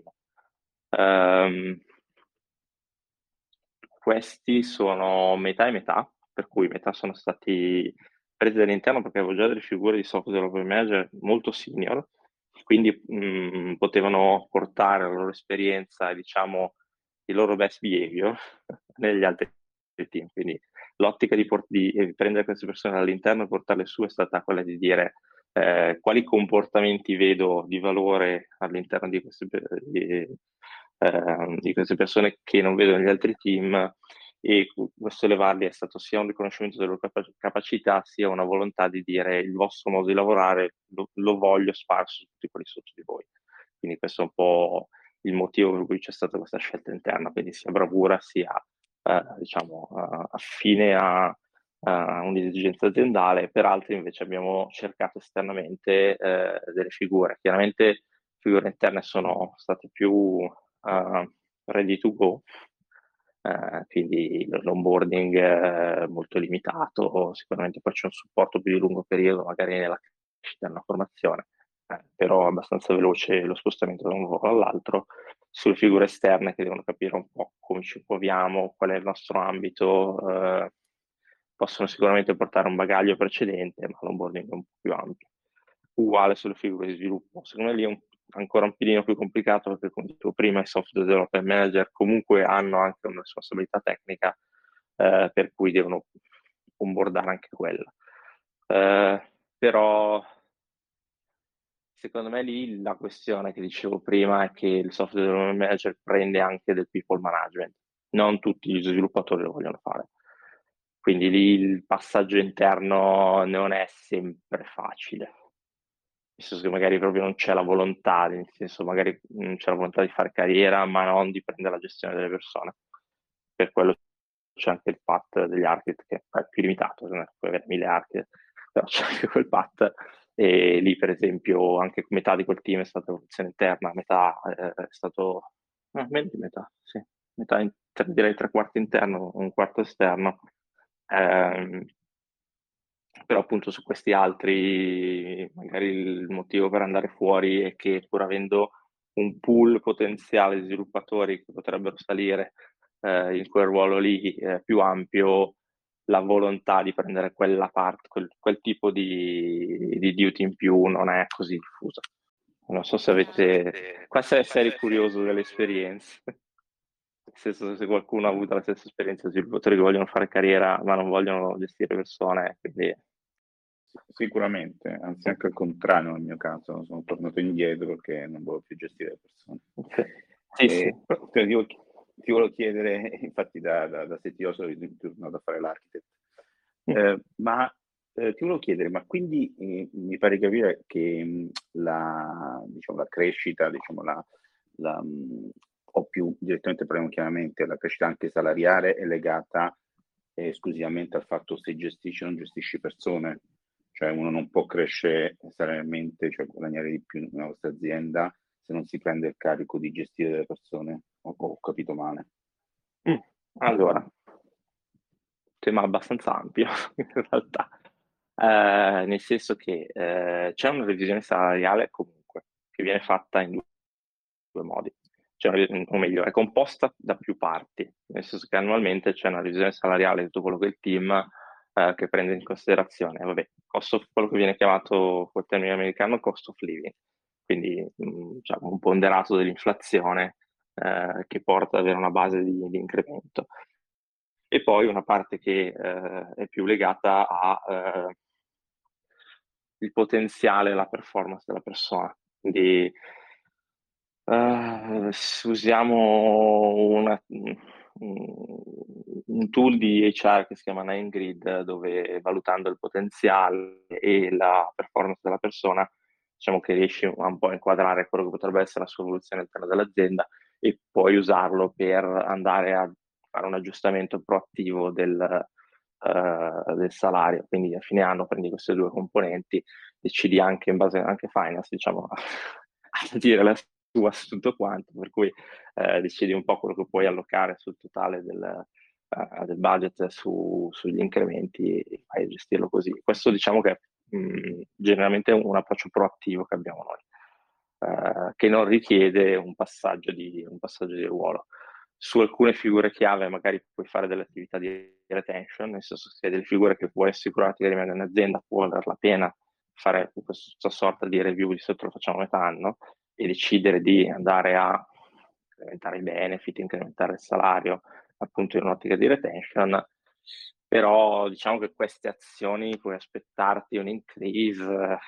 C: Ehm, questi sono metà e metà, per cui metà sono stati presi dall'interno perché avevo già delle figure di software development manager molto senior, quindi mh, potevano portare la loro esperienza e diciamo il loro best behavior negli altri team. Quindi l'ottica di, port- di prendere queste persone dall'interno e portarle su è stata quella di dire eh, quali comportamenti vedo di valore all'interno di queste, di, eh, di queste persone che non vedo negli altri team, e questo levarli è stato sia un riconoscimento delle loro capa- capacità, sia una volontà di dire il vostro modo di lavorare lo, lo voglio sparso su tutti quelli sotto di voi. Quindi questo è un po' il motivo per cui c'è stata questa scelta interna, quindi sia bravura sia eh, diciamo eh, affine a, a un'esigenza aziendale. Per altri invece abbiamo cercato esternamente eh, delle figure. Chiaramente le figure interne sono state più uh, ready to go, uh, quindi l'onboarding è molto limitato, sicuramente poi c'è un supporto più di lungo periodo, magari nella crescita, nella formazione, eh, però abbastanza veloce lo spostamento da un ruolo all'altro. Sulle figure esterne che devono capire un po' come ci muoviamo, qual è il nostro ambito, eh, possono sicuramente portare un bagaglio precedente, ma l'onboarding è un po' più ampio. Uguale sulle figure di sviluppo, secondo me lì è un, ancora un pilino più complicato perché come dicevo prima i software development manager comunque hanno anche una responsabilità tecnica, eh, per cui devono onboardare anche quella. Eh, però secondo me lì la questione che dicevo prima è che il software development manager prende anche del people management, non tutti gli sviluppatori lo vogliono fare. quindi lì il passaggio interno non è sempre facile, nel senso che magari proprio non c'è la volontà, nel senso magari non c'è la volontà di fare carriera, ma non di prendere la gestione delle persone. Per quello c'è anche il path degli architect che è più limitato, non è che puoi avere mille architect, però c'è anche quel path, e lì per esempio anche metà di quel team è stata evoluzione interna, metà eh, è stato, no, meno di metà, sì, metà in- direi tre quarti interno, un quarto esterno. Ehm, però appunto su questi altri, magari il motivo per andare fuori è che pur avendo un pool potenziale di sviluppatori che potrebbero salire eh, in quel ruolo lì eh, più ampio, la volontà di prendere quella parte, quel, quel tipo di, di duty in più non è così diffusa. Non so se avete, qua se sei curioso delle esperienze. Nel senso, se qualcuno ha avuto la stessa esperienza di sviluppatori che vogliono fare carriera ma non vogliono gestire persone, quindi
D: Sicuramente, anzi anche al contrario nel mio caso, sono tornato indietro perché non volevo più gestire le persone.
C: sì, sì,
D: E, però, ti, volevo, ti volevo chiedere, infatti da, da, da C T O sono tornato a fare l'architect, eh, ma eh, ti volevo chiedere, ma quindi eh, mi pare capire che mh, la, diciamo, la crescita, diciamo, la, la, mh, o più direttamente parliamo chiaramente, la crescita anche salariale è legata eh, esclusivamente al fatto se gestisci o non gestisci persone. Cioè uno non può crescere salarialmente, cioè guadagnare di più in una vostra azienda se non si prende il carico di gestire delle persone. Ho, ho capito male.
C: Mm. Allora, tema abbastanza ampio in realtà, eh, nel senso che eh, c'è una revisione salariale comunque che viene fatta in due, due modi, cioè, o meglio, è composta da più parti, nel senso che annualmente c'è una revisione salariale di tutto quello che è il team eh, che prende in considerazione, vabbè, cost of, quello che viene chiamato col termine americano cost of living, quindi mh, diciamo, un ponderato dell'inflazione eh, che porta ad avere una base di, di incremento. E poi una parte che eh, è più legata a eh, il potenziale e la performance della persona. Quindi eh, usiamo una, un tool di H R che si chiama NineGrid, dove valutando il potenziale e la performance della persona, diciamo che riesci un po' a inquadrare quello che potrebbe essere la sua evoluzione all'interno dell'azienda e poi usarlo per andare a fare un aggiustamento proattivo del, uh, del salario. Quindi a fine anno prendi queste due componenti, decidi anche in base anche finance, diciamo, a dire la sua su tutto quanto, per cui eh, decidi un po' quello che puoi allocare sul totale del, uh, del budget su, sugli incrementi e fai a gestirlo così. Questo diciamo che è mh, generalmente un approccio proattivo che abbiamo noi, uh, che non richiede un passaggio di, un passaggio di ruolo. Su alcune figure chiave magari puoi fare delle attività di retention, nel senso che se hai delle figure che vuoi assicurarti che rimangano in azienda, può valer la pena fare questa sorta di review di se lo facciamo a metà anno e decidere di andare a incrementare i benefit, incrementare il salario, appunto in un'ottica di retention. Però diciamo che queste azioni puoi aspettarti un increase eh,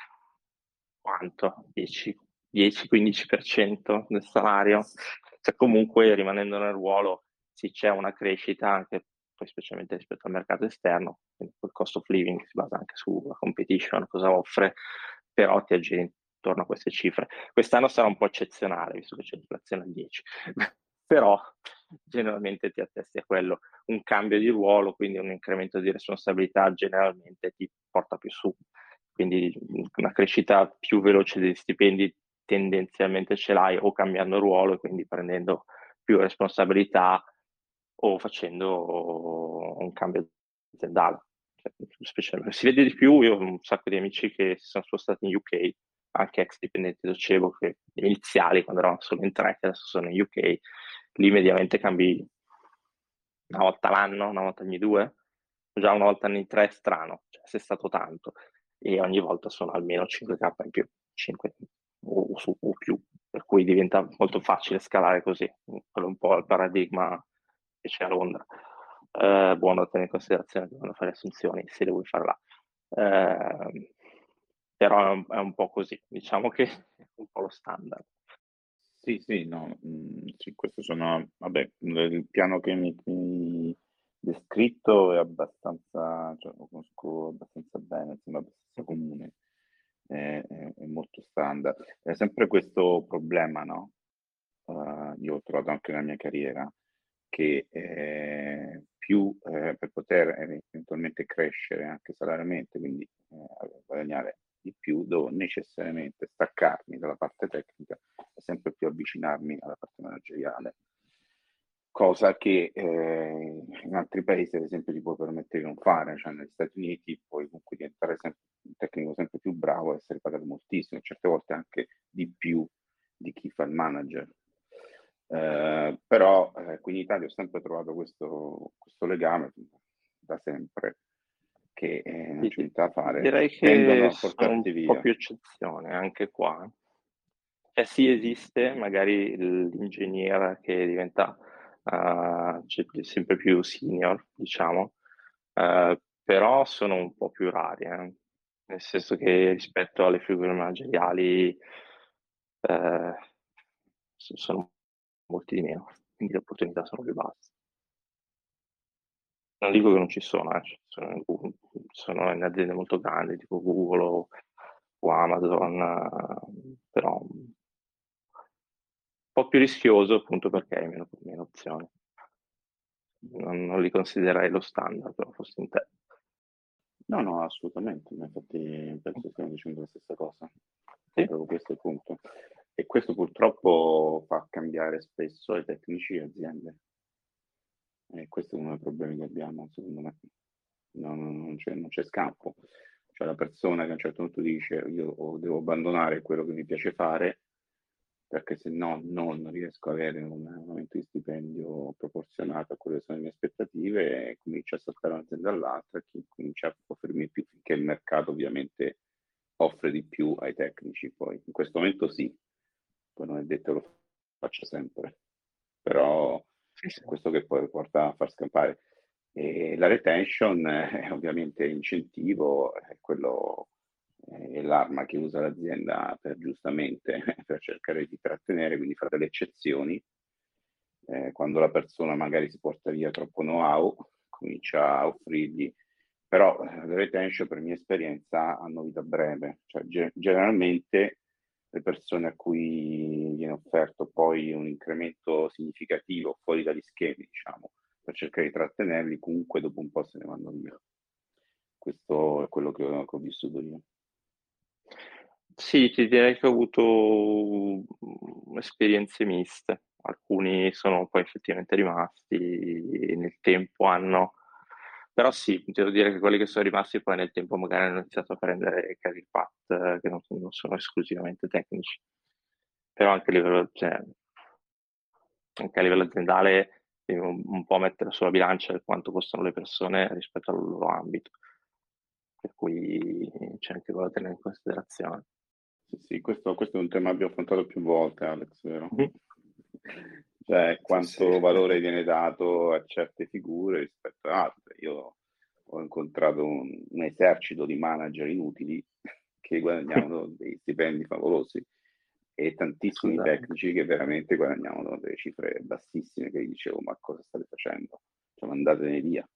C: quanto? dieci quindici per cento del salario? Cioè comunque rimanendo nel ruolo sì c'è una crescita anche poi specialmente rispetto al mercato esterno, quindi il cost of living si basa anche sulla competition, cosa offre, però ti aggiri intorno a queste cifre. Quest'anno sarà un po' eccezionale, visto che c'è l'inflazione al dieci, però generalmente ti attesti a quello. Un cambio di ruolo, quindi un incremento di responsabilità, generalmente ti porta più su. Quindi una crescita più veloce degli stipendi tendenzialmente ce l'hai o cambiando ruolo e quindi prendendo più responsabilità o facendo un cambio aziendale. Si vede di più, io ho un sacco di amici che si sono spostati in U K, anche ex dipendenti docebo, che iniziali, quando eravamo solo in tre, che adesso sono in U K, lì mediamente cambi una volta l'anno, una volta ogni due, già una volta ogni tre è strano, cioè se è stato tanto, e ogni volta sono almeno cinque K in più, cinque o, o, o più, per cui diventa molto facile scalare così, quello è un po' il paradigma che c'è a Londra. Eh, buono da tenere in considerazione quando fare assunzioni, se le vuoi fare là. Eh, però è un, è un po' così, diciamo che è un po' lo standard.
D: Sì, sì, no, mh, sì, questo sono, vabbè, il piano che mi, mi, descritto è abbastanza, cioè, lo conosco abbastanza bene, insomma, abbastanza comune, è, è- è molto standard. È sempre questo problema, no? Eh, io ho trovato anche nella mia carriera che eh, più eh, per poter eventualmente crescere anche salarialmente, quindi eh, guadagnare di più, devo necessariamente staccarmi dalla parte tecnica e sempre più avvicinarmi alla parte manageriale. Cosa che eh, in altri paesi, ad esempio, ti può permettere di non fare, cioè negli Stati Uniti puoi comunque diventare sempre un tecnico sempre più bravo e essere pagato moltissimo, certe volte anche di più di chi fa il manager. Eh, però eh, qui in Italia ho sempre trovato questo, questo legame da sempre che eh, non
C: Sì,
D: c'è niente da fare,
C: direi
D: tendono
C: che
D: a
C: sono un
D: portarti
C: po'
D: via.
C: più eccezione anche qua. Cioè sì, esiste magari l'ingegnere che diventa eh, cioè, sempre più senior, diciamo, eh, però sono un po' più rari, eh. Nel senso che rispetto alle figure manageriali eh, s- sono molti di meno, quindi le opportunità sono più basse. Non dico che non ci sono, eh, ci sono, sono in aziende molto grandi, tipo Google o, o Amazon, eh, però un po' più rischioso appunto perché hai meno, meno opzioni. Non, non li considererei lo standard, però fossi in te.
D: No, no, assolutamente, ma infatti penso stiamo dicendo la stessa cosa.
C: Sì?
D: Proprio questo è il punto. E questo purtroppo fa cambiare spesso ai tecnici e aziende. E questo è uno dei problemi che abbiamo, secondo me. No, no, non c'è, non c'è scampo. Cioè la persona che a un certo punto dice io o devo abbandonare quello che mi piace fare perché se no non riesco a avere un, un aumento di stipendio proporzionato a quelle che sono le mie aspettative e comincio a saltare un'azienda all'altra e chi comincia a offrirmi più finché il mercato ovviamente offre di più ai tecnici. Poi in questo momento sì, poi non è detto che lo faccia sempre, però
C: Sì, sì.
D: è questo che poi porta a far scappare. E la retention è ovviamente incentivo, è quello è l'arma che usa l'azienda per giustamente per cercare di trattenere, quindi fa delle eccezioni. Eh, quando la persona magari si porta via troppo know-how, comincia a offrirgli, però eh, le retention per mia esperienza hanno vita breve, cioè ge- generalmente le persone a cui viene offerto poi un incremento significativo fuori dagli schemi, diciamo, per cercare di trattenerli, comunque dopo un po' se ne vanno via. Questo è quello che ho, che ho vissuto io.
C: Sì, ti direi che ho avuto mm, esperienze miste. Alcuni sono poi effettivamente rimasti e nel tempo hanno... Però sì, devo dire che quelli che sono rimasti poi nel tempo magari hanno iniziato a prendere career path eh, che non, non sono esclusivamente tecnici. Però anche a livello, cioè, anche a livello aziendale devi un, un po' mettere sulla bilancia quanto costano le persone rispetto al loro ambito. Per cui c'è anche quello da tenere in considerazione.
D: Sì, sì, questo, questo è un tema che abbiamo affrontato più volte, Alex, vero?
C: Mhm.
D: Cioè,
B: Sì, sì.
D: quanto valore viene dato a certe figure rispetto ad altre. Io ho incontrato un, un esercito di manager inutili che guadagnavano dei stipendi favolosi e tantissimi
C: Scusate.
D: tecnici che veramente guadagnavano delle cifre bassissime che gli dicevo, ma cosa state facendo? Cioè, mandatene via.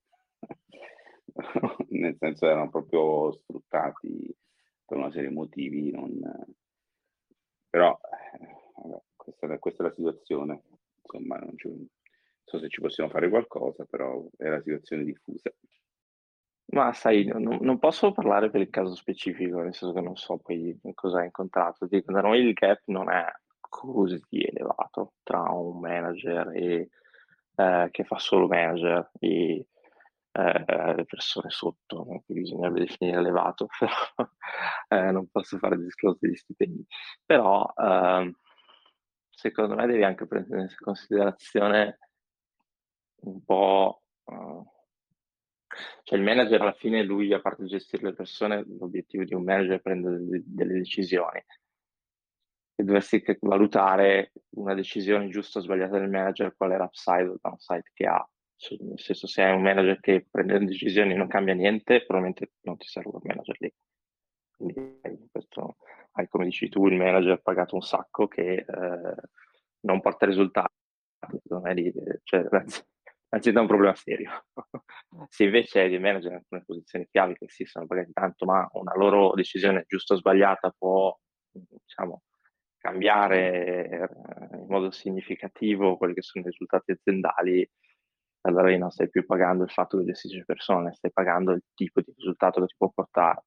D: Nel senso erano proprio sfruttati per una serie di motivi, non... però eh, vabbè, questa, è- questa è la situazione, insomma, non, ci- non so se ci possiamo fare qualcosa, però è la situazione diffusa.
C: Ma sai, non, non posso parlare per il caso specifico, nel senso che non so poi cosa hai incontrato. Dico, da noi il gap non è così elevato tra un manager e, eh, che fa solo manager e eh, le persone sotto, no? Che bisognerebbe definire elevato, però eh, non posso fare disclosure di stipendi. Però ehm, secondo me devi anche prendere in considerazione un po'... eh, cioè il manager alla fine, lui, a parte gestire le persone, l'obiettivo di un manager è prendere delle, delle decisioni. Se dovessi che- valutare una decisione giusta o sbagliata del manager, qual è l'upside o downside che ha. Cioè, nel senso, se hai un manager che prende le decisioni e non cambia niente, probabilmente non ti serve un manager lì. Quindi questo, hai, come dici tu, il manager pagato un sacco che eh, non porta risultati. Secondo me lì, cioè, l'azienda ha un problema serio. Se invece di manager in alcune posizioni chiavi che sì sono pagati tanto, ma una loro decisione giusta o sbagliata può, diciamo, cambiare eh, in modo significativo quelli che sono i risultati aziendali, allora lì non stai più pagando il fatto che gestisci le persone, stai pagando il tipo di risultato che ti può portare.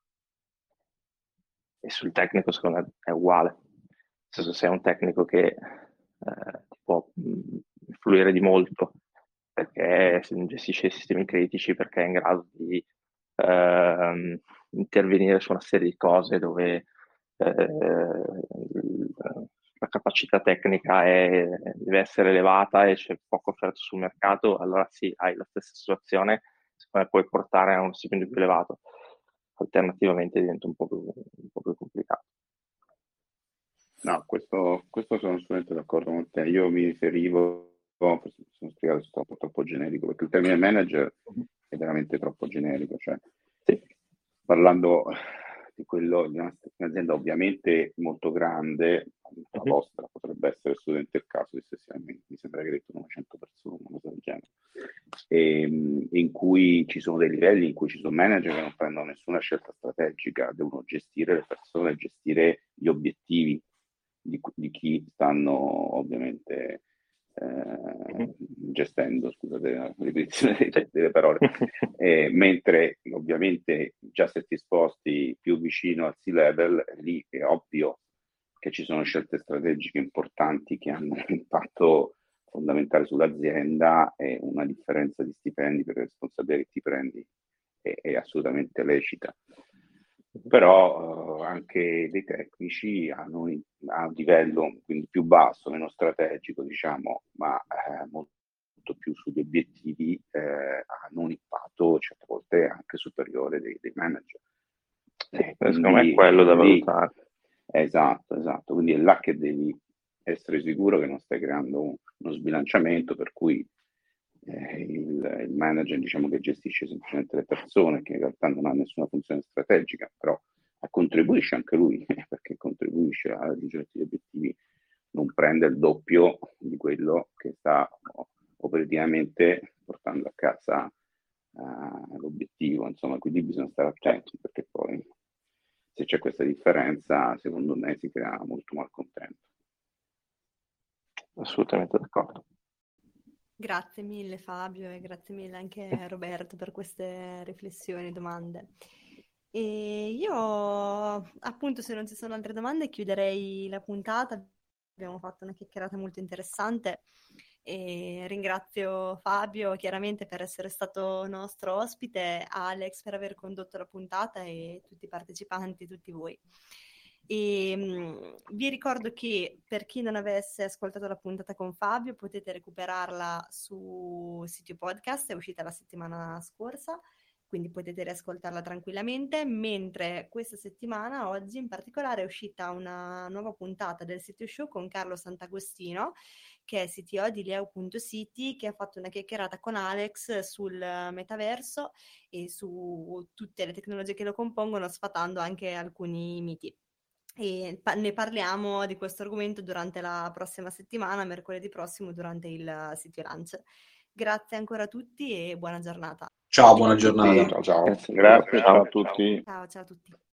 C: E sul tecnico secondo me è uguale. Nel senso, sei un tecnico che eh, ti può mh, influire di molto, perché gestisce i sistemi critici, perché è in grado di ehm, intervenire su una serie di cose dove eh, la capacità tecnica è, deve essere elevata e c'è poco offerto sul mercato, allora sì, hai la stessa situazione, secondo me puoi portare a uno stipendio più elevato. Alternativamente diventa un po' più, un po' più complicato.
D: No, questo, questo sono assolutamente d'accordo con te. Io mi riferivo, forse sono spiegato, sono troppo, troppo generico, perché il termine manager è veramente troppo generico. Cioè,
C: sì.
D: Parlando di quello di un'azienda ovviamente molto grande, la
C: uh-huh.
D: vostra potrebbe essere assolutamente il caso di stessi, mi sembra che hai detto novecento persone, una cosa del genere, e, in cui ci sono dei livelli in cui ci sono manager che non prendono nessuna scelta strategica, devono gestire le persone, gestire gli obiettivi di, di chi stanno ovviamente eh, gestendo, scusate la ripetizione delle parole, eh, mentre ovviamente già se ti sposti più vicino al C-level, lì è ovvio che ci sono scelte strategiche importanti che hanno un impatto fondamentale sull'azienda, e una differenza di stipendi per le responsabilità che ti prendi è, è assolutamente lecita. Però eh, anche dei tecnici hanno un, a un livello quindi più basso, meno strategico, diciamo, ma eh, molto più sugli obiettivi, eh, hanno un impatto certe volte anche superiore dei, dei manager.
C: Eh, secondo me è quello da
D: lì,
C: valutare.
D: Esatto, esatto. Quindi è là che devi essere sicuro che non stai creando un, uno sbilanciamento per cui eh, il, il manager, diciamo, che gestisce semplicemente le persone, che in realtà non ha nessuna funzione strategica, però contribuisce anche lui, perché contribuisce a raggiungere gli obiettivi, non prende il doppio di quello che sta operativamente portando a casa uh, l'obiettivo. Insomma, quindi bisogna stare attenti, perché poi se c'è questa differenza, secondo me si crea molto malcontento.
C: Assolutamente d'accordo.
A: Grazie mille Fabio e grazie mille anche Roberto per queste riflessioni e domande. E io appunto, se non ci sono altre domande, chiuderei la puntata. Abbiamo fatto una chiacchierata molto interessante e ringrazio Fabio chiaramente per essere stato nostro ospite, Alex per aver condotto la puntata e tutti i partecipanti, tutti voi. E mh, vi ricordo che per chi non avesse ascoltato la puntata con Fabio potete recuperarla su Sitio Podcast, è uscita la settimana scorsa, quindi potete riascoltarla tranquillamente, mentre questa settimana, oggi in particolare, è uscita una nuova puntata del Sitio Show con Carlo Sant'Agostino, che è C T O di Leo punto City, che ha fatto una chiacchierata con Alex sul metaverso e su tutte le tecnologie che lo compongono, sfatando anche alcuni miti. E pa- ne parliamo di questo argomento durante la prossima settimana, mercoledì prossimo, durante il Sitio Lunch. Grazie ancora a tutti e buona giornata.
E: Ciao, buona giornata.
B: Ciao, ciao.
D: Grazie, ciao a tutti.
A: Ciao, ciao a tutti.